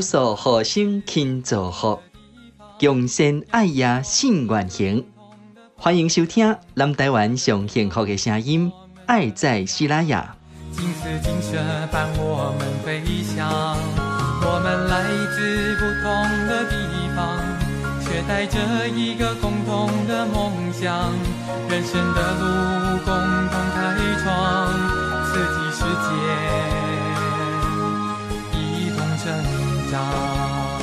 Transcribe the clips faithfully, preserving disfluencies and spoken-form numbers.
所好心勤做福，共善爱呀信愿行。欢迎收听南台湾上幸福的声音，爱在西拉雅。 金丝金蛇伴我们飞翔，我们来自不同的地方，却带着一个共同的梦想，人生的路共同开创，四季世界一同成长。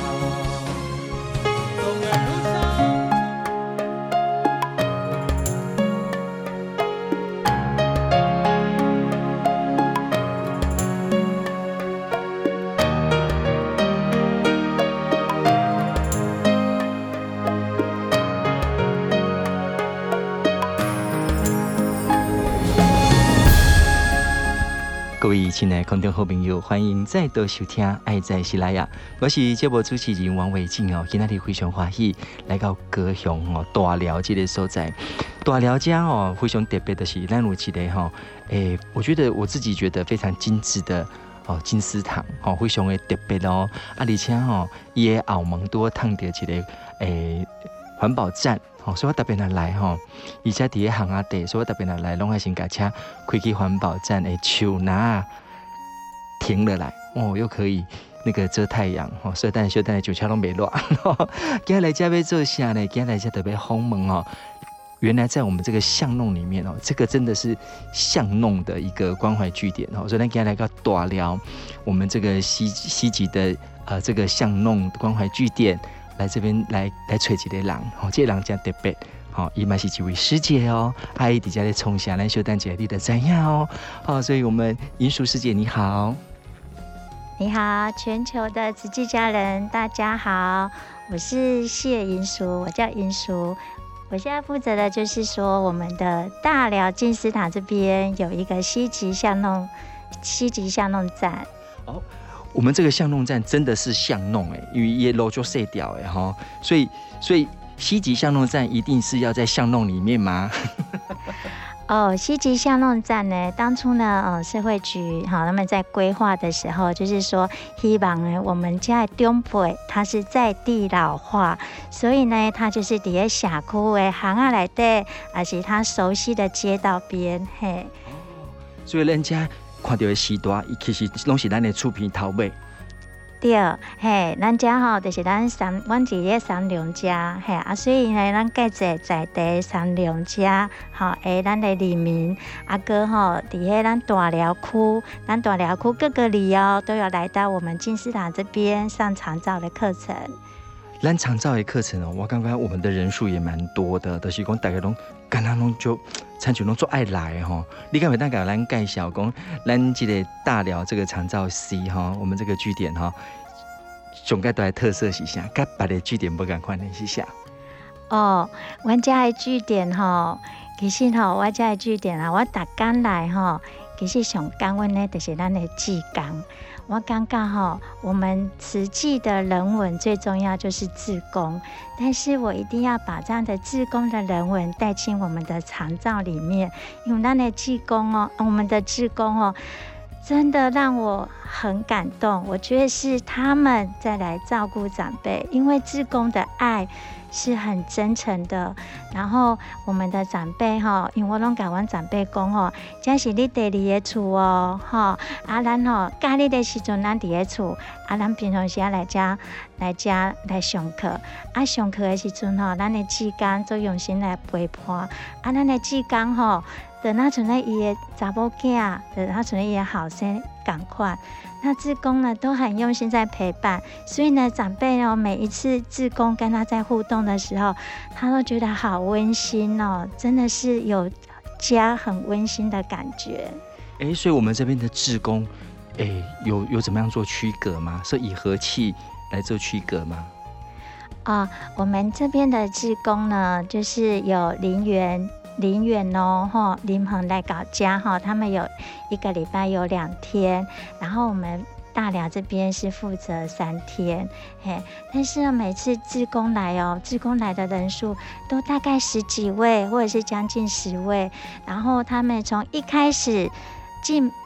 各位亲爱的观众好朋友，欢迎再度收听《爱在西拉雅》，我是节目主持人王伟静哦。今天非常欢喜来到高雄哦大寮这个所在。大寮家哦非常特别的是，咱有一个哈诶，我觉得我自己觉得非常精致的哦金丝糖哦，非常的特别哦。啊，而且吼伊的后门都烫到一个诶环保站。哦，所以我特别来来吼，而且伫个巷仔底，所以我特别来来，拢爱先把车开去环保站的树拿停了来，哦，又可以那个遮太阳，哦，所以等下小等下就车拢袂热。今日来这要做啥呢？今日来这特别红门哦。原来在我们这个巷弄里面哦，这个真的是巷弄的一个关怀据点哦，所以咱今天来个大寮，我们这个西西集的呃这个巷弄关怀据点。来这边来来找一个人，吼、哦，这个人真特别，吼、哦，伊嘛是一位师姐哦，阿姨底下咧从小咱小等姐你的怎样哦，哦，所以我们银淑师姐你好， 你好，全球的慈济家人大家好，我是谢银淑，我叫银淑，我现在负责的就是说我们的大寮金丝塔这边有一个西集巷弄西集巷弄站。 哦。我们这个巷弄站真的是巷弄哎，因为也路就细条哎哈，所以所以西集巷弄站一定是要在巷弄里面吗？ 哦，西集巷弄站呢，当初呢，呃，社会局好他们在规划的时候，就是说希望呢，我们家的中北它是在地老化，所以呢，它就是伫在社区的巷仔内底，而且它熟悉的街道边，嘿。 哦，所以人家。看到的时段，伊其实拢是咱的厝边头尾。 对，嘿，咱家吼就是咱三，阮伫咧三良家，嘿啊，所以呢，咱介济在地三良家，吼，诶，咱的里民阿哥吼，伫咧咱大寮区，咱大寮区各个里哦，都有来到我们金丝塔这边上长照的课程。 咱长照的课程哦，我感觉我们的人数也蛮多的，就是讲大家拢，敢若拢就参像拢做爱来吼。你敢会当甲咱介绍讲，咱这个大寮这个长照 C 哈，我们这个据点哈，上界大的特色是啥？甲别的据点不共款的是啥？ 哦，阮家的据点吼，其实吼，我家的据点啊，我逐天来吼，其实上感恩的就是咱的志工。我感觉哈，我们慈济的人文最重要就是志工，但是我一定要把这样的志工的人文带进我们的长照里面，因为那的志工哦，我们的志工哦，真的让我很感动。我觉得是他们在来照顾长辈，因为志工的爱是很真诚的。然后我们的长辈哈，因为我拢甲阮长辈讲吼，这是你第二个厝哦，吼啊咱吼假日的时阵咱伫个厝，啊咱平常时啊来遮来遮来上课，啊上课的时阵吼，咱的志工做用心来陪伴，啊咱的志工吼，就那像咧伊的查某囝，就那像咧伊的后生共款。那志工呢都很用心在陪伴，所以呢长辈哦每一次志工跟他在互动的时候，他都觉得好温馨哦，真的是有家很温馨的感觉。 哎、欸，所以我们这边的志工，哎、欸，有有怎么样做区隔吗？是以和气来做区隔吗？ 啊、呃，我们这边的志工呢，就是有林园。林远哦，吼，林鹏来搞家哈，他们有一个礼拜有两天，然后我们大寮这边是负责三天，嘿，但是呢，每次志工来哦，志工来的人数都大概十几位，或者是将近十位，然后他们从一开始进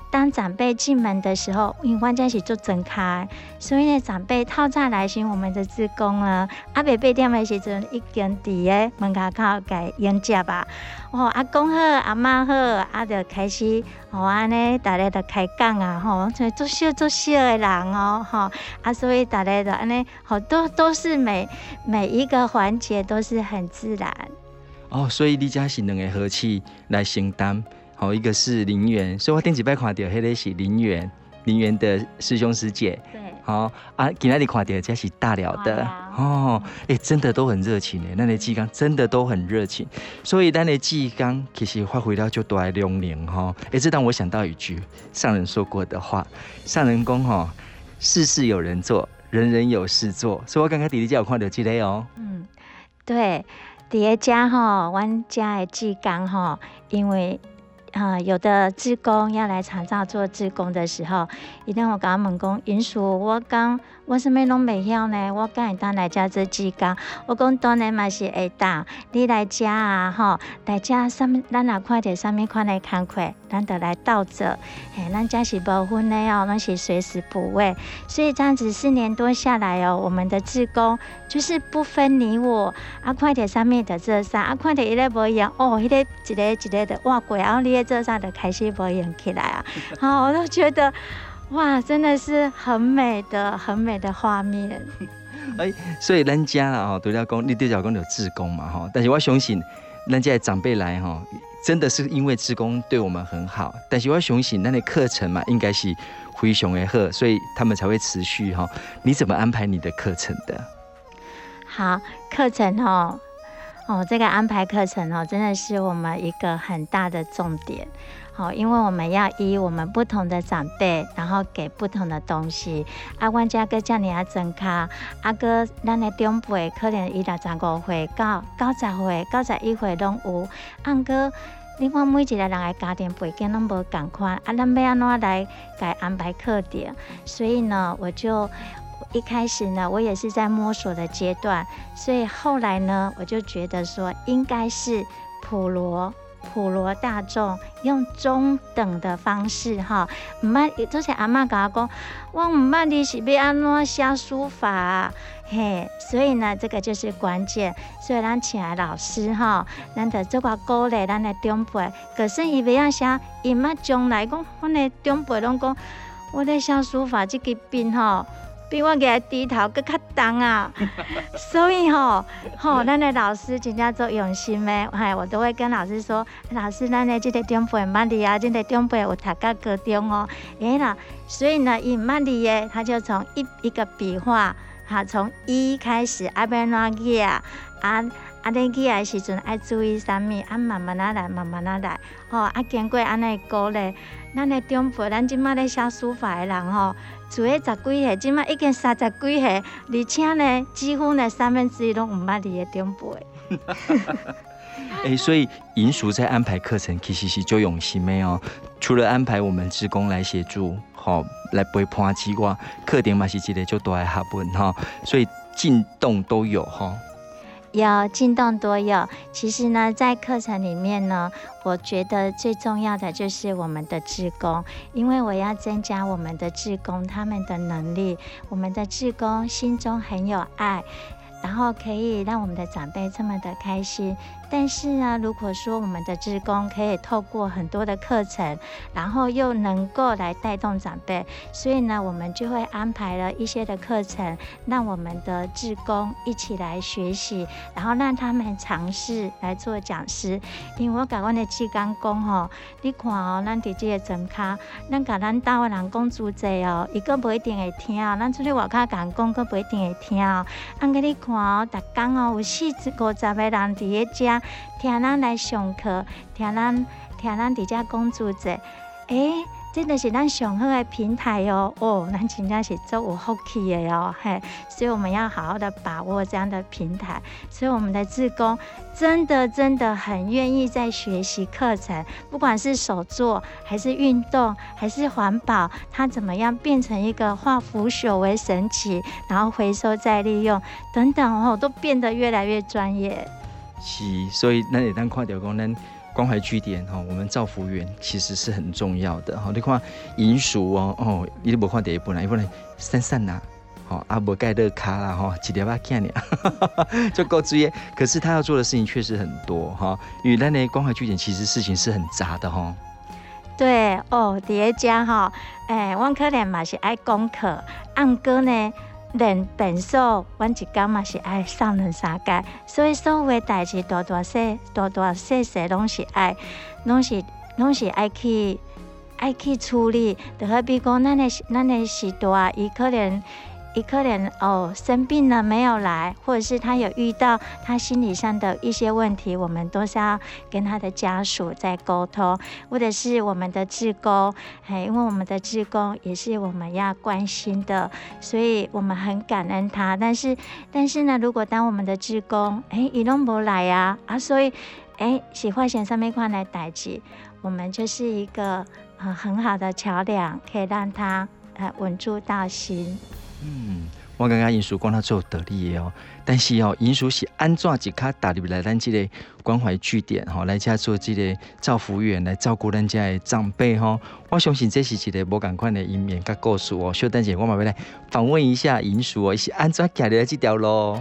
当长辈进门的时候，因为阮家是做整开，所以呢，长辈透早来寻我们的志工呢，啊，未八点的时阵已经伫个门口口给迎接吧。哦，阿公好，阿妈好，啊，就开始哦，安尼大家就开讲啊，吼，就做小做小的人哦，吼，啊，所以大家就安尼，好多都是每每一个环节都是很自然。 哦，所以你家是两个和气来承担，好，一个是林园，所以我顶一摆看到迄个是林园，林园的师兄师姐。 对。 好啊，今天你看到这是大寮的哦，哎、欸，真的都很热情诶，咱的志工真的都很热情，所以咱的志工其实发挥了就大的量能哈。哎、欸，这让我想到一句上人说过的话，上人讲哈，事事有人做，人人有事做，所以我刚刚弟弟家有看到这个哦。 嗯，对，伫个家吼，阮家的志工吼，因为。呃，有的志工要来长照做志工的时候，一定我甲他问讲，银叔，我讲我什么拢袂晓呢，我敢会当来遮做志工？我讲当然嘛是会当，你来遮啊吼，来遮什么，咱若看到什么款的工课，咱就来倒做。嘿，咱遮是无分的哦，咱是随时补位，所以这样子四年多下来哦，我们的志工就是不分你我，啊，看到什么就做啥，啊，看到伊咧无用，哦，迄、那个一个一个的哇过，然后你。这上的开心表演起来啊，好，我都觉得哇，真的是很美的、很美的画面。 哎，所以咱家啦吼，除了讲你对讲讲有志工嘛吼，但是我相信咱家的长辈来吼，真的是因为志工对我们很好，但是我相信咱的课程嘛，应该是非常的好，所以他们才会持续哈。你怎么安排你的课程的？ 好，课程哦。哦，这个安排课程哦，真的是我们一个很大的重点。好、哦，因为我们要依我们不同的长辈，然后给不同的东西。啊，阮家个遮尼啊增加，啊个咱的长辈可能伊六十五岁到九十岁、九十一岁拢有。啊个，你看每一个人的家庭背景拢无共款，啊，咱要安怎来给安排课程？所以呢，我就。一开始呢，我也是在摸索的阶段，所以后来呢，我就觉得说，应该是普罗普罗大众用中等的方式哈，唔捌，之前阿嬷甲我讲，我唔捌你是要安怎写书法、啊，嘿，所以呢，这个就是关键。所以咱请来老师哈，咱就做个鼓励咱的长辈，可是伊要写，伊毋捌将来讲，阮的长辈拢讲，我咧写书法这个病吼。比我给他低头更较重啊，所以吼吼，咱的老师真正做用心的，哎，我都会跟老师说，老师，咱的这个长辈捌字啊，这个长辈有读到高中哦，哎啦，所以呢，伊捌字的，他就从一一个笔画，哈，从一开始，啊，要怎记啊，啊。啊，你起来的时阵爱注意啥物？啊，慢慢啊来，慢慢啊来。吼、哦，啊，经过安尼鼓励，咱的长辈，咱即马咧写书法的人吼，做咧十几岁，即马已经三十几岁，而且呢，几乎呢三分之一拢唔捌字的长辈。 哎、欸，所以银叔在安排课程其实是就用心的哦。除了安排我们志工来协助，吼、哦，来陪伴之外，课程嘛是一个就大的学问哈，所以进动都有哈。哦有进动多有，其实呢，在课程里面呢，我觉得最重要的就是我们的志工，因为我要增加我们的志工他们的能力，我们的志工心中很有爱，然后可以让我们的长辈这么的开心。但是呢，如果说我们的志工可以透过很多的课程，然后又能够来带动长辈，所以呢，我们就会安排了一些的课程，让我们的志工一起来学习，然后让他们尝试来做讲师。因为我甲阮的志工讲吼，你看哦，咱伫这个针卡，咱甲咱岛的人讲主济哦，伊个不一定会听哦，咱出去外口甲人讲，个不一定会听哦。按个你看哦，逐工哦有四五十个人伫咧遮。听咱来上课，听咱听咱伫遮讲主题，诶，这就是咱上好的平台哦。哦，咱真正是足有福气的哦，嘿，所以我们要好好的把握这样的平台。所以我们的志工真的真的很愿意在学习课程，不管是手作还是运动还是环保，它怎么样变成一个化腐朽为神奇，然后回收再利用等等哦，都变得越来越专业。 是，所以咱会当看到讲，咱关怀据点哈，我们照服员其实是很重要的哈。你看银属哦哦，你都无看第一本啦，一本来散散呐，好啊无盖热卡啦哈，几条把看你就够注意。可是他要做的事情确实很多哈，因为咱的关怀据点其实事情是很杂的哈。 对哦，伫咧遮吼，诶、欸，阮可能嘛是爱功课，按过呢。练变数，阮一工嘛是爱上两三届，所以所有的代志大大小大大小小拢是爱，拢是拢是爱去爱去处理。就好比讲，咱的咱的时代，伊可能伊可能哦生病了没有来，或者是他有遇到他心理上的一些问题，我们都是要跟他的家属在沟通，或者是我们的志工，哎，因为我们的志工也是我们要关心的，所以我们很感恩他。但是但是呢，如果当我们的志工，哎，伊拢无来啊啊，所以哎，是发生什么款的代志，我们就是一个呃很好的桥梁，可以让他呃稳住到心。 嗯，我感觉银属讲他做得力的哦，但是哦，银属是安怎一卡打入来咱这个关怀据点吼，来家做这个照服员来照顾咱家的长辈吼。我相信这是一个无同款的一面甲故事哦。小等下我嘛要来访问一下银属哦，是安怎行入来这条路？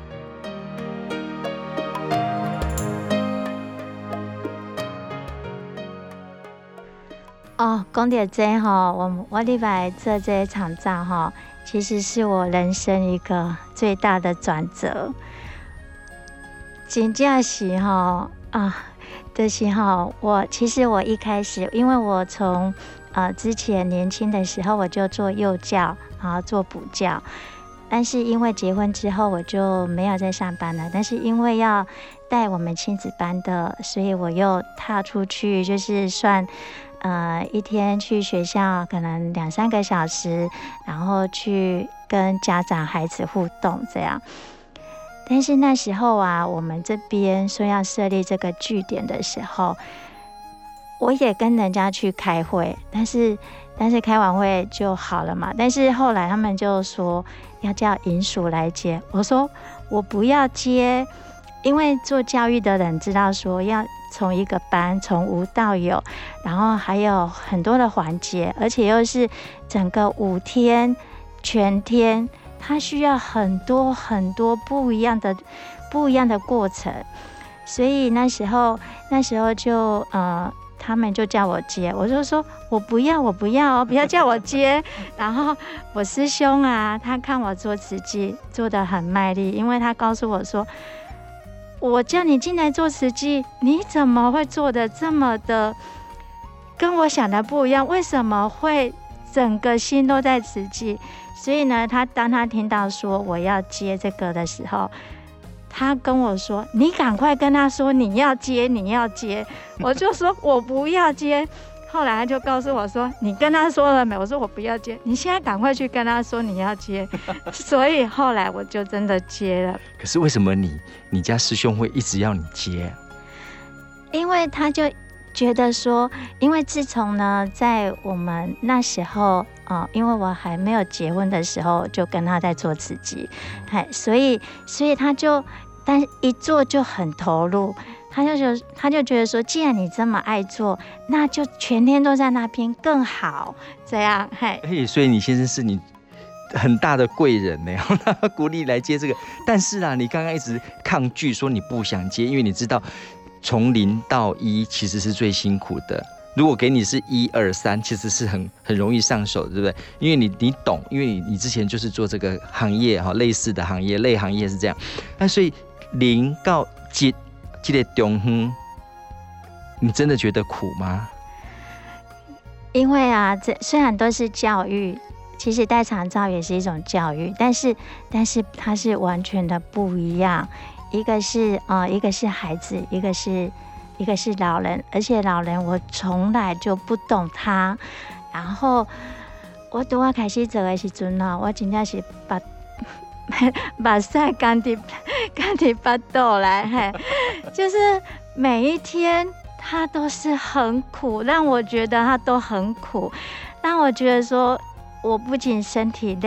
哦，讲到这吼，我我礼拜做这场照吼，其实是我人生一个最大的转折。真正是吼啊，就是吼，我其实我一开始，因为我从呃之前年轻的时候我就做幼教，然后做补教，但是因为结婚之后我就没有再上班了。但是因为要带我们亲子班的，所以我又踏出去，就是算。呃，一天去学校可能两三个小时，然后去跟家长、孩子互动这样。但是那时候啊，我们这边说要设立这个据点的时候，我也跟人家去开会，但是但是开完会就好了嘛。但是后来他们就说要叫银属来接，我说我不要接，因为做教育的人知道说要。从一个班从无到有，然后还有很多的环节，而且又是整个五天全天，它需要很多很多不一样的不一样的过程，所以那时候那时候就呃，他们就叫我接，我就说我不要我不要哦，不要叫我接。然后我师兄啊，他看我做慈济做得很卖力，因为他告诉我说。我叫你进来做慈济，你怎么会做的这么的跟我想的不一样？为什么会整个心都在慈济？所以呢，他当他听到说我要接这个的时候，他跟我说：“你赶快跟他说你要接，你要接。”我就说：“我不要接。”后来他就告诉我说：“你跟他说了没？”我说：“我不要接。”你现在赶快去跟他说你要接。所以后来我就真的接了。 可是为什么你你家师兄会一直要你接？ 因为他就觉得说，因为自从呢，在我们那时候，呃，因为我还没有结婚的时候，就跟他在做慈济，哎，所以所以他就，但一做就很投入。他就觉他就觉得说，既然你这么爱做，那就全天都在那边更好，这样嘿。 哎，所以你先生是你很大的贵人呢，他鼓励来接这个。但是啊，你刚刚一直抗拒说你不想接，因为你知道从零到一其实是最辛苦的。如果给你是一二三，其实是很很容易上手，对不对？因为你你懂，因为你你之前就是做这个行业哈，类似的行业类行业是这样。那所以零到一。这个中间，你真的觉得苦吗？ 因为啊，这虽然都是教育，其实带长照也是一种教育，但是但是它是完全的不一样。一个是呃，一个是孩子，一个是一个是老人，而且老人我从来就不懂他。然后我拄我开始做的时阵呢，我真正是把。把晒干的干的巴豆来，嘿，就是每一天他都是很苦，让我觉得他都很苦，让我觉得说，我不仅身体累，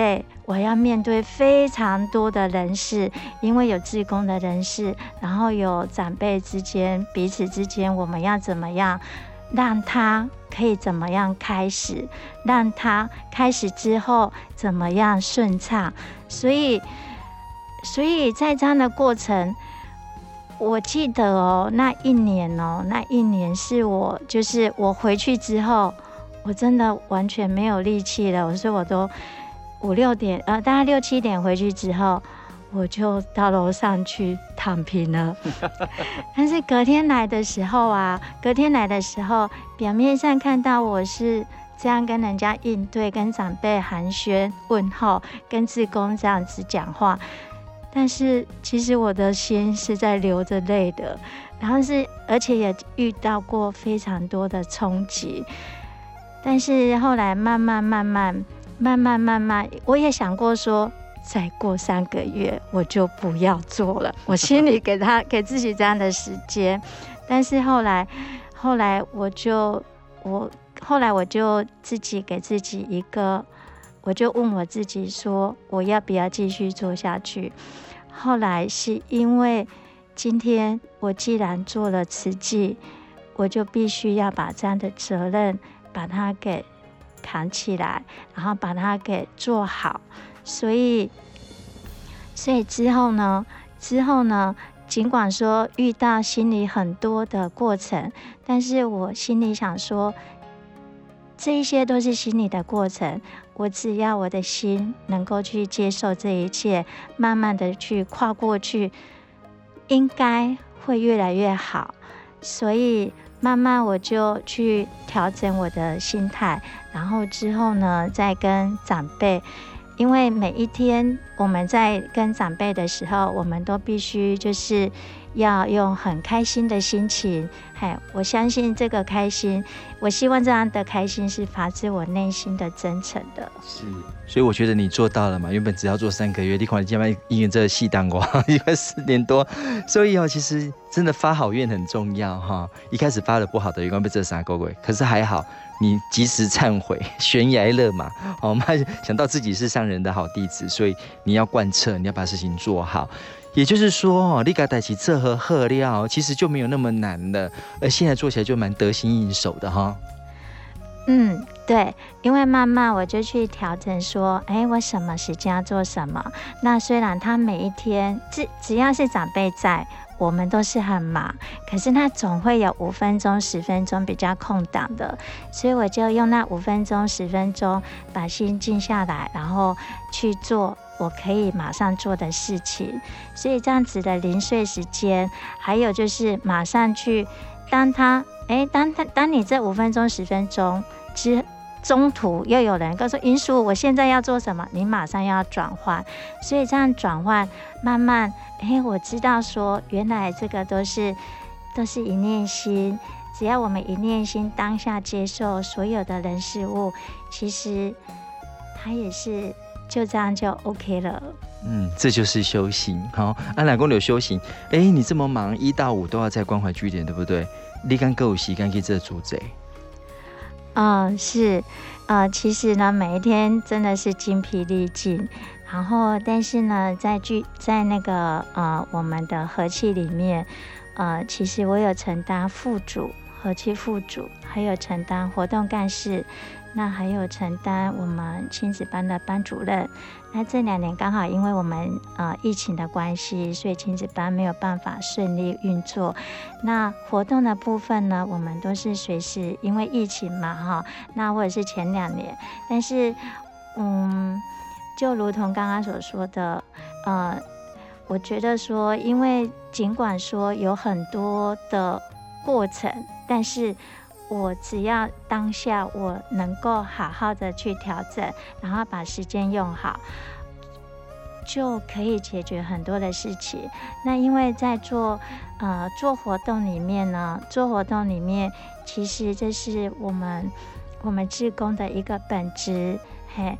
我要面对非常多的人事，因为有志工的人事，然后有长辈之间彼此之间，我们要怎么样让他可以怎么样开始，让他开始之后怎么样顺畅。所以所以在这样的过程，我记得哦，那一年哦，那一年是我就是我回去之后，我真的完全没有力气了，所以我都五六点呃，大概六七点回去之后，我就到楼上去躺平了。但是隔天来的时候啊，隔天来的时候，表面上看到我是这样跟人家应对，跟长辈寒暄问候，跟志工这样子讲话，但是其实我的心是在流着泪的，然后是而且也遇到过非常多的冲击。但是后来慢慢慢慢慢慢慢慢，我也想过说，再过三个月我就不要做了，我心里给他给自己这样的时间。但是后来后来我就我后来我就自己给自己一个，我就问我自己说，我要不要继续做下去。后来是因为今天我既然做了慈济，我就必须要把这样的责任把它给扛起来，然后把它给做好。所以所以之后呢之后呢尽管说遇到心里很多的过程，但是我心里想说，这一些都是心理的过程，我只要我的心能够去接受这一切，慢慢的去跨过去，应该会越来越好。所以慢慢我就去调整我的心态，然后之后呢再跟长辈，因为每一天我们在跟长辈的时候，我们都必须就是要用很开心的心情，嘿，我相信这个开心，我希望这样的开心是发自我内心的真诚的。 是，所以我觉得你做到了嘛。原本只要做三个月，你看你现在应援这个戏当过，因为四年多，所以哦，其实真的发好愿很重要哈。一开始发的不好的，有关被这三个月，可是还好。你及时忏悔，悬崖勒马，哦，想到自己是上人的好弟子，所以你要贯彻，你要把事情做好。也就是说，你把代志做好好了，其实就没有那么难了，而现在做起来就蛮得心应手的哈。 嗯，对，因为慢慢我就去调整说，哎，我什么时间要做什么。那虽然他每一天只只要是长辈在，我们都是很忙，可是他总会有五分钟、十分钟比较空档的，所以我就用那五分钟、十分钟把心静下来，然后去做我可以马上做的事情。所以这样子的零碎时间，还有就是马上去，当他，哎，当他当你这五分钟、十分钟之中途又有人跟说银叔我现在要做什么，你马上要转换。所以这样转换慢慢，哎，我知道说原来这个都是都是一念心，只要我们一念心当下接受所有的人事物，其实它也是就这样就 OK 了。 嗯，这就是修行。好，安南公有修行，哎，你这么忙，一到五都要在关怀据点，对不对？你敢够有时间去这主贼？ 嗯，是，呃，其实呢，每一天真的是精疲力尽。然后，但是呢，在剧在那个呃我们的和气里面，呃，其实我有承担副主、和气副主，还有承担活动干事，那还有承担我们亲子班的班主任。那这两年刚好因为我们呃疫情的关系，所以亲子班没有办法顺利运作。那活动的部分呢，我们都是随时因为疫情嘛哈，那或者是前两年，但是嗯，就如同刚刚所说的，呃，我觉得说，因为尽管说有很多的过程，但是我只要当下我能够好好的去调整，然后把时间用好，就可以解决很多的事情。那因为在做呃做活动里面呢，做活动里面其实这是我们我们志工的一个本质，嘿，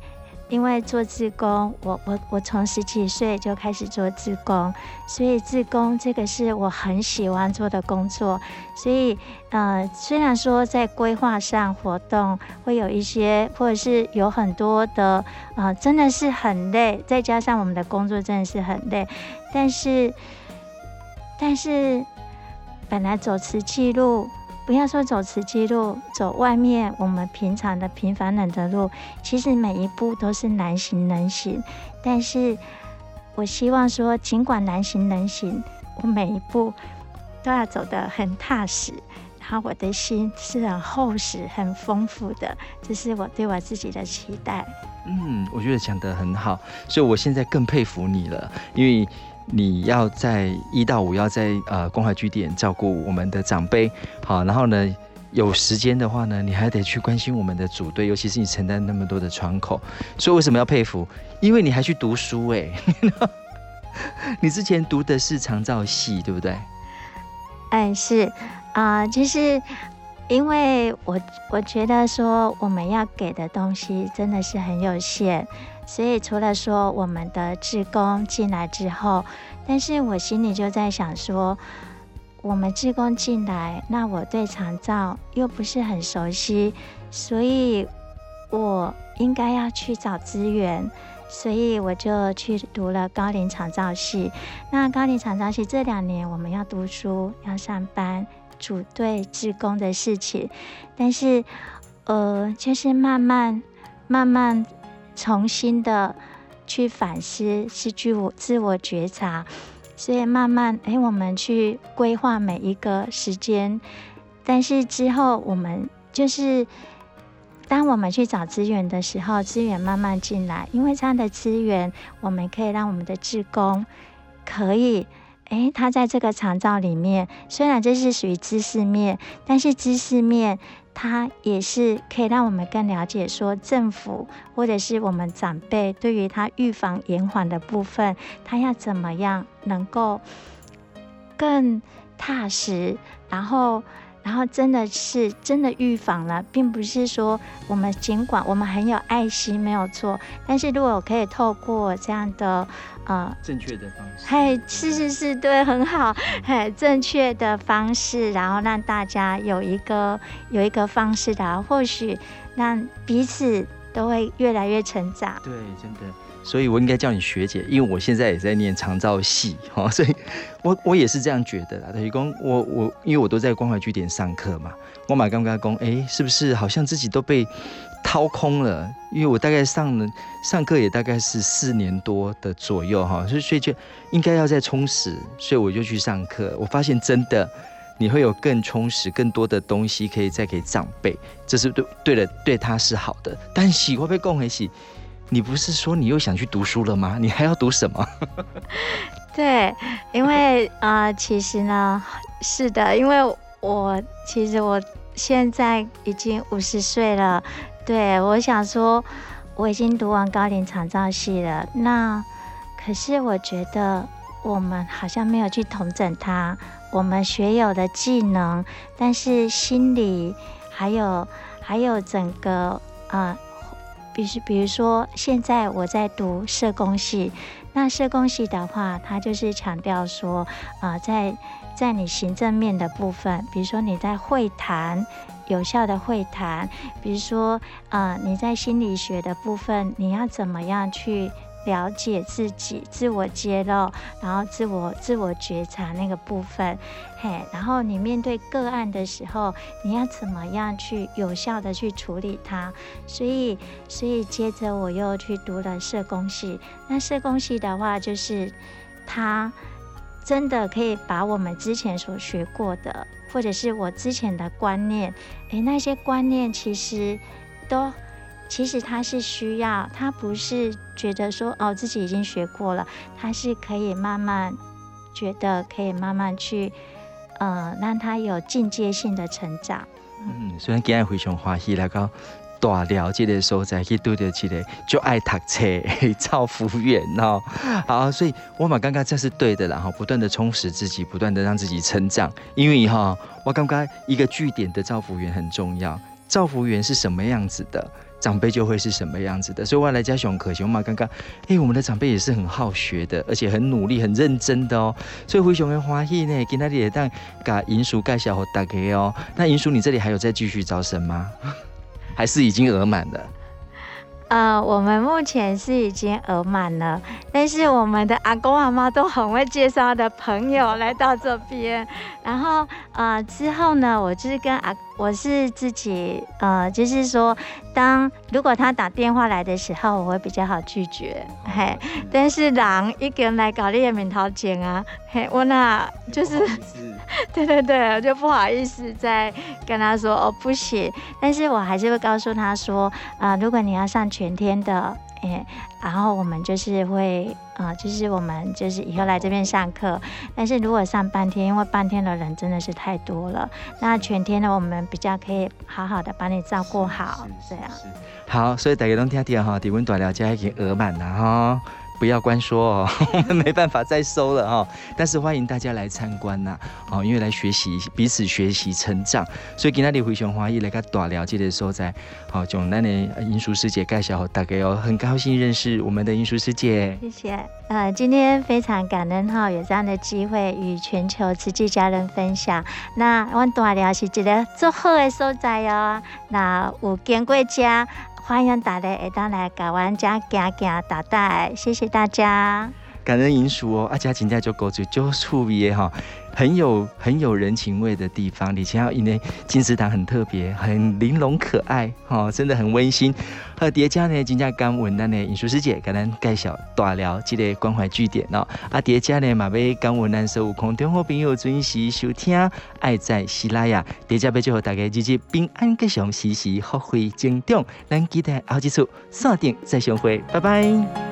因为做志工，我我我从十几岁就开始做志工，所以志工这个是我很喜欢做的工作。所以呃，虽然说在规划上活动会有一些，或者是有很多的呃，真的是很累，再加上我们的工作真的是很累，但是但是本来走慈济路。不要说走慈济路，走外面我们平常的平凡人的路，其实每一步都是难行能行。但是我希望说，尽管难行能行，我每一步都要走得很踏实，然后我的心是很厚实、很丰富的，这是我对我自己的期待。 嗯，我觉得讲得很好，所以我现在更佩服你了，因为你要在一到五要在呃关怀据点照顾我们的长辈，好，然后呢有时间的话呢，你还得去关心我们的组队，尤其是你承担那么多的窗口，所以为什么要佩服？因为你还去读书哎、欸，你之前读的是长照系，对不对？ 哎，是啊、呃，就是因为我我觉得说我们要给的东西真的是很有限。所以除了说我们的志工进来之后，但是我心里就在想说，我们志工进来，那我对长照又不是很熟悉，所以我应该要去找资源，所以我就去读了高龄长照系。那高龄长照系这两年我们要读书、要上班、组队志工的事情，但是呃，就是慢慢慢慢。重新的去反思，是自我自我觉察，所以慢慢哎，我们去规划每一个时间，但是之后我们就是当我们去找资源的时候，资源慢慢进来，因为这样的资源，我们可以让我们的志工可以。哎，他在这个长照里面，虽然这是属于知识面，但是知识面它也是可以让我们更了解说政府或者是我们长辈对于他预防延缓的部分，他要怎么样能够更踏实，然后然后真的是真的预防了，并不是说我们尽管我们很有爱心没有错，但是如果我可以透过这样的呃正确的方式， 嘿，是是是，对，很好，嘿，正确的方式，然后让大家有一个有一个方式的，或许让彼此都会越来越成长。 对，真的。所以我应该叫你学姐，因为我现在也在念长照系，所以我我也是这样觉得啦。等于说我我因为我都在关怀据点上课嘛，我嘛刚刚讲，哎，是不是好像自己都被掏空了？因为我大概上了上课也大概是四年多的左右哈，所以所以就应该要再充实，所以我就去上课。我发现真的你会有更充实、更多的东西可以再给长辈，这是对对了，对他是好的。但是我被讲的是。你不是说你又想去读书了吗？你还要读什么？ 对，因为呃，其实呢，是的，因为我其实我现在已经五十岁了，对，我想说我已经读完高龄长照系了，那可是我觉得我们好像没有去统整它，我们学有的技能，但是心理还有还有整个呃。比如，比如说，现在我在读社工系，那社工系的话，它就是强调说，呃，在在你行政面的部分，比如说你在会谈，有效的会谈，比如说，呃，你在心理学的部分，你要怎么样去了解自己、自我揭露，然后自我自我觉察那个部分，嘿，然后你面对个案的时候，你要怎么样去有效的去处理它？所以，所以接着我又去读了社工系。那社工系的话，就是它真的可以把我们之前所学过的，或者是我之前的观念，诶，那些观念其实都。其实他是需要，他不是觉得说哦自己已经学过了，他是可以慢慢觉得可以慢慢去，呃，让他有进阶性的成长。 嗯，虽然今日非常欢喜来到大寮这个所在去拄到这个就爱读册的照服员哦，好，所以我嘛感觉这是对的啦哈，不断的充实自己，不断的让自己成长，因为哈，我感觉一个据点的照服员很重要。照服员是什么样子的？ 长辈就会是什么样子的。所以我来家熊可熊嘛，刚刚哎，我们的长辈也是很好学的，而且很努力、很认真的哦。所以非常的欢喜呢，今天也当把银叔介绍给大家哦。那银叔，你这里还有再继续招生吗？还是已经额满了？ 呃，我们目前是已经额满了，但是我们的阿公阿妈都很会介绍他的朋友来到这边，然后呃之后呢，我就是跟阿我是自己呃，就是说，当如果他打电话来的时候，我会比较好拒绝，嘿，但是人一个人来搞你的面头前啊，嘿，我那就是。对对对，我就不好意思再跟他说哦不行，但是我还是会告诉他说，啊、呃，如果你要上全天的，哎，然后我们就是会，啊、呃，就是我们就是以后来这边上课，但是如果上半天，因为半天的人真的是太多了，那全天呢，我们比较可以好好的把你照顾好，这样。 好，所以大家都听听哈，伫阮大寮家已经额满了哈。不要关说哦，我们没办法再收了哈。但是欢迎大家来参观呐，哦，因为来学习彼此学习成长，所以今天非常欢喜来个大寮这个所在，好，从咱的银淑师姐介绍大家哦，很高兴认识我们的银淑师姐。 谢谢，呃，今天非常感恩哈，有这样的机会与全球慈济家人分享。那阮大寮是一个最好的所在哦，那有经过这。欢迎大家会当来台湾家行行打打，谢谢大家。 感恩银淑哦，阿家真正就够最就趣味的哈，很有很有人情味的地方。而且因为金石堂很特别，很玲珑可爱哈，真的很温馨。和叠加呢，真正感恩咱的银淑师姐给咱介绍大寮这个关怀据点哦。啊，叠加呢嘛要感恩咱所有空中好朋友准时收听，爱在喜拉雅。叠加要祝福大家日日平安吉祥，时时福慧增长。咱期待后一次线顶再相会，拜拜。